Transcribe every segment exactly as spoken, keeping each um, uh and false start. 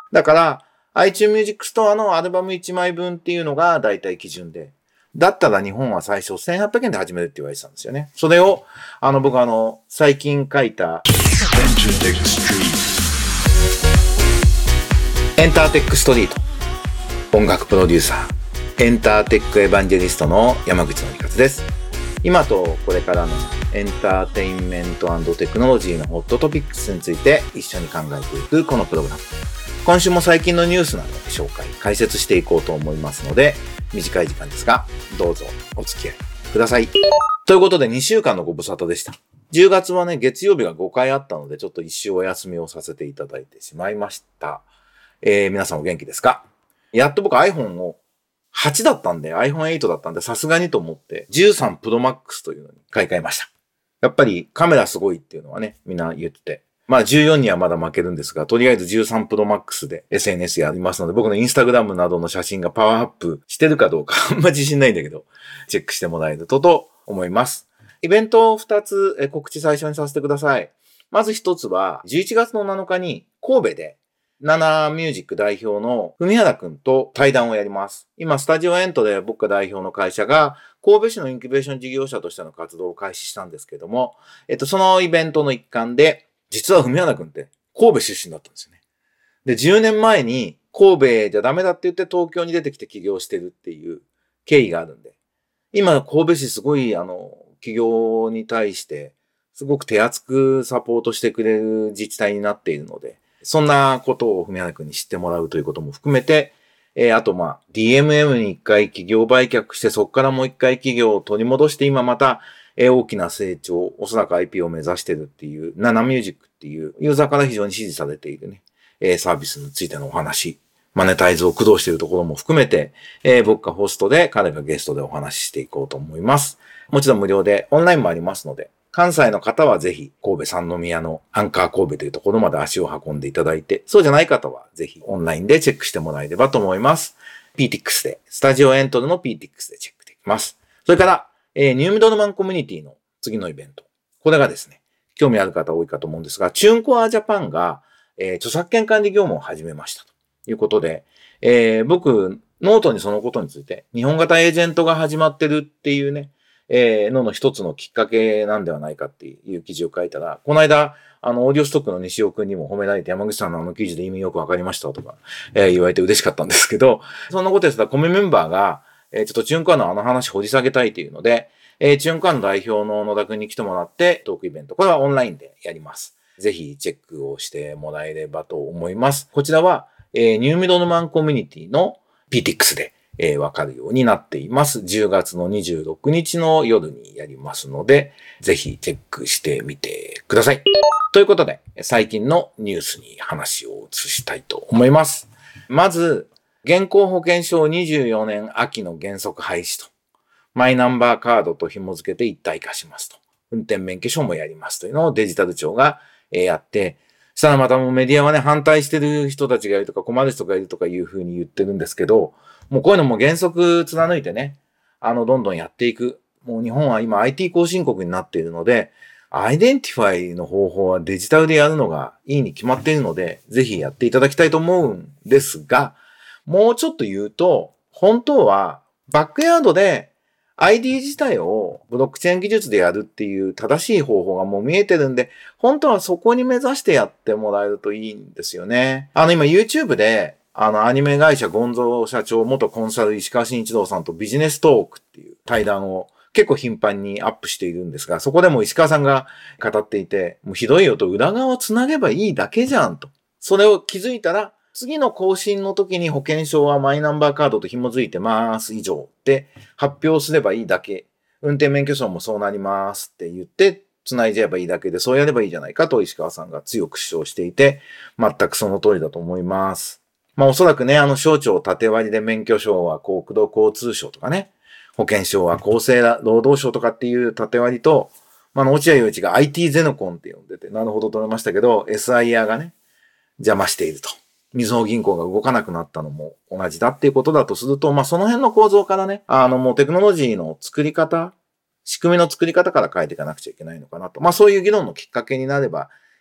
だから、iTunes Music Store のアルバムいちまいぶんっていうのが大体基準で。だったら日本は最初せんはっぴゃくえんで始めるって言われてたんですよね。それを、あの僕あの、最近書いた、エンターテックストリート。音楽プロデューサー、エンターテックエヴァンジェリストの山口のりかつです。今とこれからのエンターテインメント&テクノロジーのホットトピックスについて一緒に考えていくこのプログラム。今週も最近のニュースなどを紹介、解説していこうと思いますので、短い時間ですが、どうぞお付き合いください。ということでにしゅうかんのご無沙汰でした。じゅうがつはね、月曜日がごかいあったので、ちょっと一週お休みをさせていただいてしまいました。えー、皆さんお元気ですか？やっと僕 iPhone をはちだったんで、アイフォンエイト だったんで、さすがにと思って、じゅうさん Pro Max というのに買い替えました。やっぱりカメラすごいっていうのはね、みんな言ってて。まあじゅうよんにはまだ負けるんですが、とりあえずじゅうさん Pro Max で エスエヌエス やりますので、僕のインスタグラムなどの写真がパワーアップしてるかどうか、あんま自信ないんだけど、チェックしてもらえるとと思います。イベントをふたつ告知最初にさせてください。まずひとつは、じゅういちがつのなのかに神戸で、ナナミュージック代表の文原くんと対談をやります。今、スタジオエントで僕が代表の会社が、神戸市のインキュベーション事業者としての活動を開始したんですけども、えっと、そのイベントの一環で、実は文原くんって神戸出身だったんですよね。で、じゅうねんまえに神戸じゃダメだって言って東京に出てきて起業してるっていう経緯があるんで、今、神戸市すごい、あの、起業に対して、すごく手厚くサポートしてくれる自治体になっているので、そんなことを文原くんに知ってもらうということも含めて、えー、あとまあ、ディーエムエム に一回企業売却して、そこからもう一回企業を取り戻して、今また、えー、大きな成長、おそらく アイピー を目指してるっていう、ナナミュージックっていう、ユーザーから非常に支持されているね、えー、サービスについてのお話、マネタイズを駆動しているところも含めて、えー、僕がホストで、彼がゲストでお話ししていこうと思います。もちろん無料で、オンラインもありますので、関西の方はぜひ神戸三宮のアンカー神戸というところまで足を運んでいただいて、そうじゃない方はぜひオンラインでチェックしてもらえればと思います。ピーティックス で、スタジオエントルの ピーティックス でチェックできます。それから、えー、ニューミドルマンコミュニティの次のイベント。これがですね、興味ある方多いかと思うんですが、チューンコアジャパンが、えー、著作権管理業務を始めましたということで、えー、僕、ノートにそのことについて、日本型エージェントが始まってるっていうね、えー、のの一つのきっかけなんではないかっていう記事を書いたら、この間、あの、オーディオストックの西尾くんにも褒められて、山口さんのあの記事で意味よくわかりましたとか、えー、言われて嬉しかったんですけど、そんなことやったら、コメメンバーが、えー、ちょっとチューンコアのあの話掘り下げたいというので、えー、チューンコアの代表の野田くんに来てもらって、トークイベント。これはオンラインでやります。ぜひチェックをしてもらえればと思います。こちらは、えー、ニューミドルマンコミュニティの ピーティックス で、えー、わかるようになっています。じゅうがつのにじゅうろくにちの夜にやりますので、ぜひチェックしてみてください。ということで、最近のニュースに話を移したいと思います。まず、現行保険証にじゅうよねん秋の原則廃止と、マイナンバーカードと紐付けて一体化しますと、運転免許証もやりますというのをデジタル庁がやって、したらまたもうメディアはね、反対してる人たちがいるとか困る人がいるとかいうふうに言ってるんですけど、もうこういうのも原則貫いてね、あの、どんどんやっていく。もう日本は今 アイティー 後進国になっているので、アイデンティファイの方法はデジタルでやるのがいいに決まっているので、ぜひやっていただきたいと思うんですが、もうちょっと言うと、本当はバックヤードで アイディー 自体をブロックチェーン技術でやるっていう正しい方法がもう見えてるんで、本当はそこに目指してやってもらえるといいんですよね。あの今 YouTube で、あの、アニメ会社ゴンゾ社長元コンサル石川慎一郎さんとビジネストークっていう対談を結構頻繁にアップしているんですが、そこでも石川さんが語っていて、もうひどいよと裏側をつなげばいいだけじゃんと。それを気づいたら、次の更新の時に保険証はマイナンバーカードと紐づいてます以上って発表すればいいだけ。運転免許証もそうなりますって言って繋いじゃえばいいだけで、そうやればいいじゃないかと石川さんが強く主張していて、全くその通りだと思います。まあおそらくね、あの省庁縦割りで免許証は国土交通省とかね、保険証は厚生労働省とかっていう縦割りと、まあの落合陽一が アイティー ゼノコンって呼んでて、なるほどと思いましたけど、エスアイアール がね、邪魔していると。みずほ銀行が動かなくなったのも同じだっていうことだとすると、まあその辺の構造からね、あのもうテクノロジーの作り方、仕組みの作り方から変えていかなくちゃいけないのかなと。まあそういう議論のきっかけになれば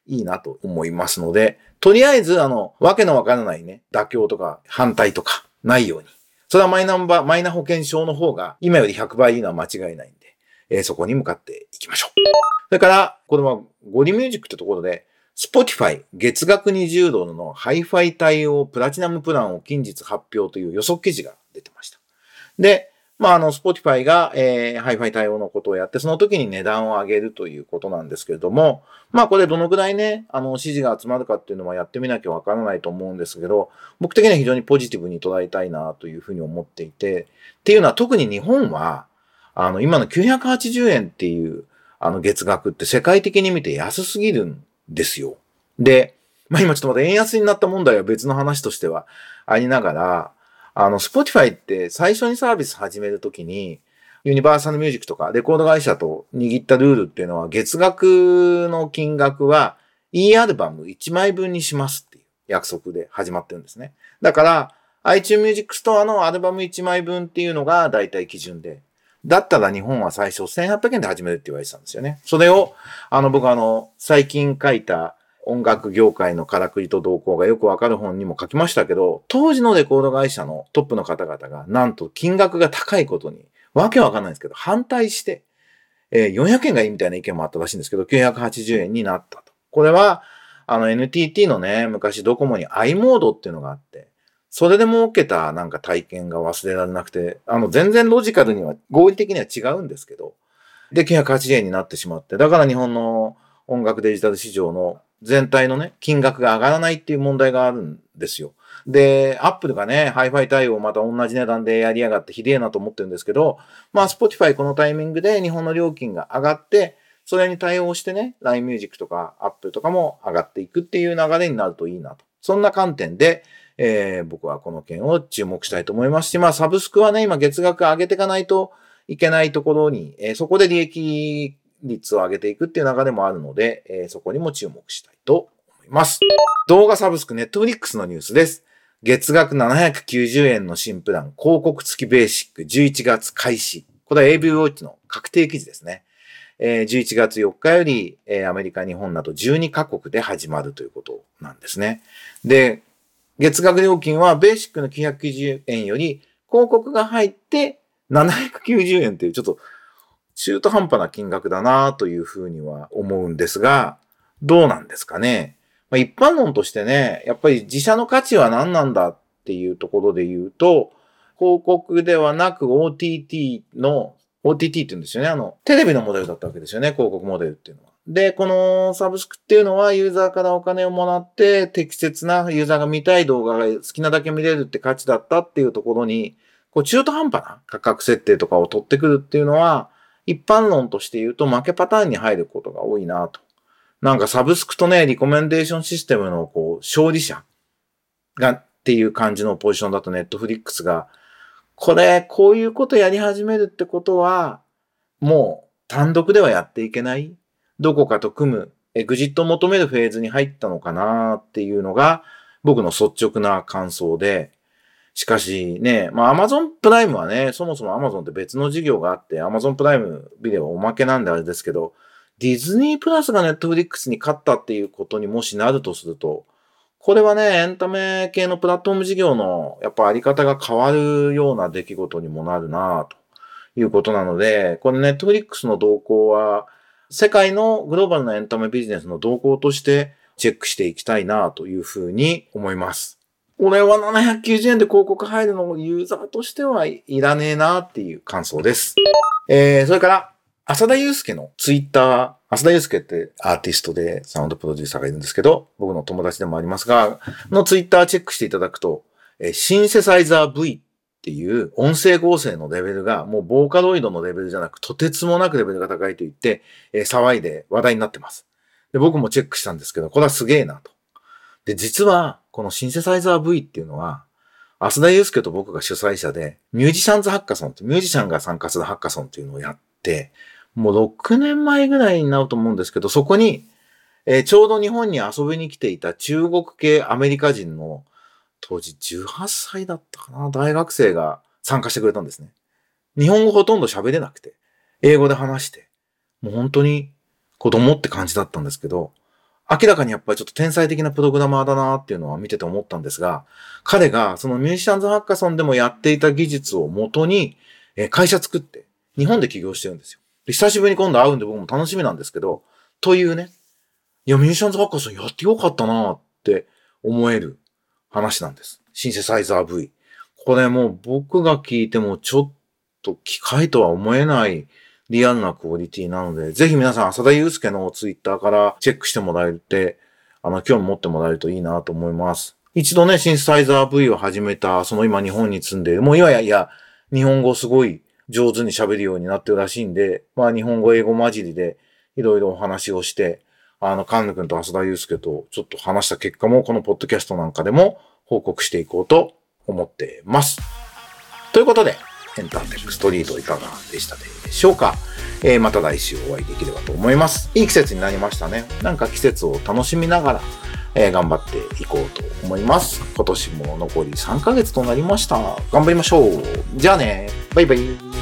いいなと思いますので、とりあえず、あの、わけのわからないね、妥協とか反対とかないように。それはマイナンバー、マイナ保険証の方が今よりひゃくばいいいのは間違いないんで、えー、そこに向かっていきましょう。それから、これはゴリミュージックってところで、Spotify 月額にじゅうドルのハイファイ対応プラチナムプランを近日発表という予測記事が出てました。で、まあ、あの、Spotify が、えー、ハイファイ対応のことをやって、その時に値段を上げるということなんですけれども、まあ、これどのくらいね、あの、支持が集まるかっていうのはやってみなきゃわからないと思うんですけど、僕的には非常にポジティブに捉えたいなというふうに思っていて、っていうのは特に日本は、あの、今のきゅうひゃくはちじゅうえんっていう、あの、月額って世界的に見て安すぎるんですよ。で、まあ、今ちょっとまた円安になった問題は別の話としてはありながら、あの、Spotify って最初にサービス始めるときに、ユニバーサルミュージックとかレコード会社と握ったルールっていうのは、月額の金額は E アルバムいちまいぶんにしますっていう約束で始まってるんですね。だから、iTunes Music Store のアルバムいちまいぶんっていうのが大体基準で、だったら日本は最初せんはっぴゃくえんで始めるって言われてたんですよね。それを、あの、僕あの、最近書いた音楽業界のからくりと動向がよくわかる本にも書きましたけど、当時のレコード会社のトップの方々が、なんと金額が高いことに、わけわかんないんですけど、反対して、えー、よんひゃくえんがいいみたいな意見もあったらしいんですけど、きゅうひゃくはちじゅうえんになったと。これは、あの エヌティーティー のね、昔ドコモに i モードっていうのがあって、それで設けたなんか体験が忘れられなくて、あの全然ロジカルには合理的には違うんですけど、できゅうひゃくはちじゅうえんになってしまって、だから日本の音楽デジタル市場の全体のね、金額が上がらないっていう問題があるんですよ。で、アップルがね、ハイファイ対応また同じ値段でやりやがってひでえなと思ってるんですけど、まあ、Spotify このタイミングで日本の料金が上がって、それに対応してね、ライン Music とか Apple とかも上がっていくっていう流れになるといいなと。そんな観点で、えー、僕はこの件を注目したいと思いますし、まあ、サブスクはね、今月額上げていかないといけないところに、えー、そこで利益率を上げていくっていう流れもあるので、えー、そこにも注目したいと思います。動画サブスク Netflix のニュースです。月額ななひゃくきゅうじゅうえんの新プラン、広告付きベーシックじゅういちがつ開始。これは エービー ウォッチの確定記事ですね。えー、じゅういちがつよっかより、えー、アメリカ、日本などじゅうにかこくで始まるということなんですね。で、月額料金はベーシックのきゅうひゃくきゅうじゅうえんより広告が入ってななひゃくきゅうじゅうえんというちょっと中途半端な金額だなというふうには思うんですが、どうなんですかね。まあ、一般論としてね、やっぱり自社の価値は何なんだっていうところで言うと、広告ではなく オーティーティー の、オーティーティー って言うんですよね。あの、テレビのモデルだったわけですよね、広告モデルっていうのは。で、このサブスクっていうのはユーザーからお金をもらって適切なユーザーが見たい動画が好きなだけ見れるって価値だったっていうところに、こう中途半端な価格設定とかを取ってくるっていうのは、一般論として言うと負けパターンに入ることが多いなと。なんかサブスクとね、リコメンデーションシステムのこう勝利者がっていう感じのポジションだとネットフリックスが、これ、こういうことやり始めるってことは、もう単独ではやっていけない。どこかと組む、エグジットを求めるフェーズに入ったのかなっていうのが僕の率直な感想で、しかしね、まあ Amazon プライムはね、そもそも Amazon って別の事業があって、Amazon プライムビデオはおまけなんであれですけど、ディズニープラスが Netflix に勝ったっていうことにもしなるとすると、これはね、エンタメ系のプラットフォーム事業のやっぱあり方が変わるような出来事にもなるなということなので、この Netflix の動向は、世界のグローバルなエンタメビジネスの動向としてチェックしていきたいなというふうに思います。俺はななひゃくきゅうじゅうえんで広告入るのもユーザーとしてはいらねえなっていう感想です。えー、それから、浅田祐介のツイッター、浅田祐介ってアーティストでサウンドプロデューサーがいるんですけど、僕の友達でもありますが、のツイッターチェックしていただくと、えー、シンセサイザー Vっていう音声合成のレベルがもうボーカロイドのレベルじゃなくとてつもなくレベルが高いと言って、えー、騒いで話題になってます。で、僕もチェックしたんですけど、これはすげえなと。で、実はこのシンセサイザー V っていうのは、浅田祐介と僕が主催者で、ミュージシャンズハッカソンってミュージシャンが参加するハッカソンっていうのをやって、もうろくねんまえぐらいになると思うんですけど、そこに、えー、ちょうど日本に遊びに来ていた中国系アメリカ人の当時じゅうはっさいだったかな、大学生が参加してくれたんですね。日本語ほとんど喋れなくて、英語で話して、もう本当に子供って感じだったんですけど、 明らかにやっぱりちょっと天才的なプログラマーだなっていうのは見てて思ったんですが、彼がそのミュージシャンズハッカソンでもやっていた技術をもとに会社作って日本で起業してるんですよ。で久しぶりに今度会うんで僕も楽しみなんですけど、というね、いやミュージシャンズハッカソンやってよかったなって思える話なんです。シンセサイザー V。これもう僕が聞いてもちょっと機械とは思えないリアルなクオリティなので、ぜひ皆さん浅田祐介のツイッターからチェックしてもらえて、あの、興味持ってもらえるといいなと思います。一度ね、シンセサイザー V を始めた、その今日本に住んでいる、もういやいやいや、日本語すごい上手に喋るようになってるらしいんで、まあ日本語英語混じりでいろいろお話をして、あの、カンヌ君と浅田祐介とちょっと話した結果も、このポッドキャストなんかでも報告していこうと思ってます。ということで、エンターテックストリートいかがでしたでしょうか。えー、また来週お会いできればと思います。いい季節になりましたね。なんか季節を楽しみながら、えー、頑張っていこうと思います。今年も残りさんかげつとなりました。頑張りましょう。じゃあね。バイバイ。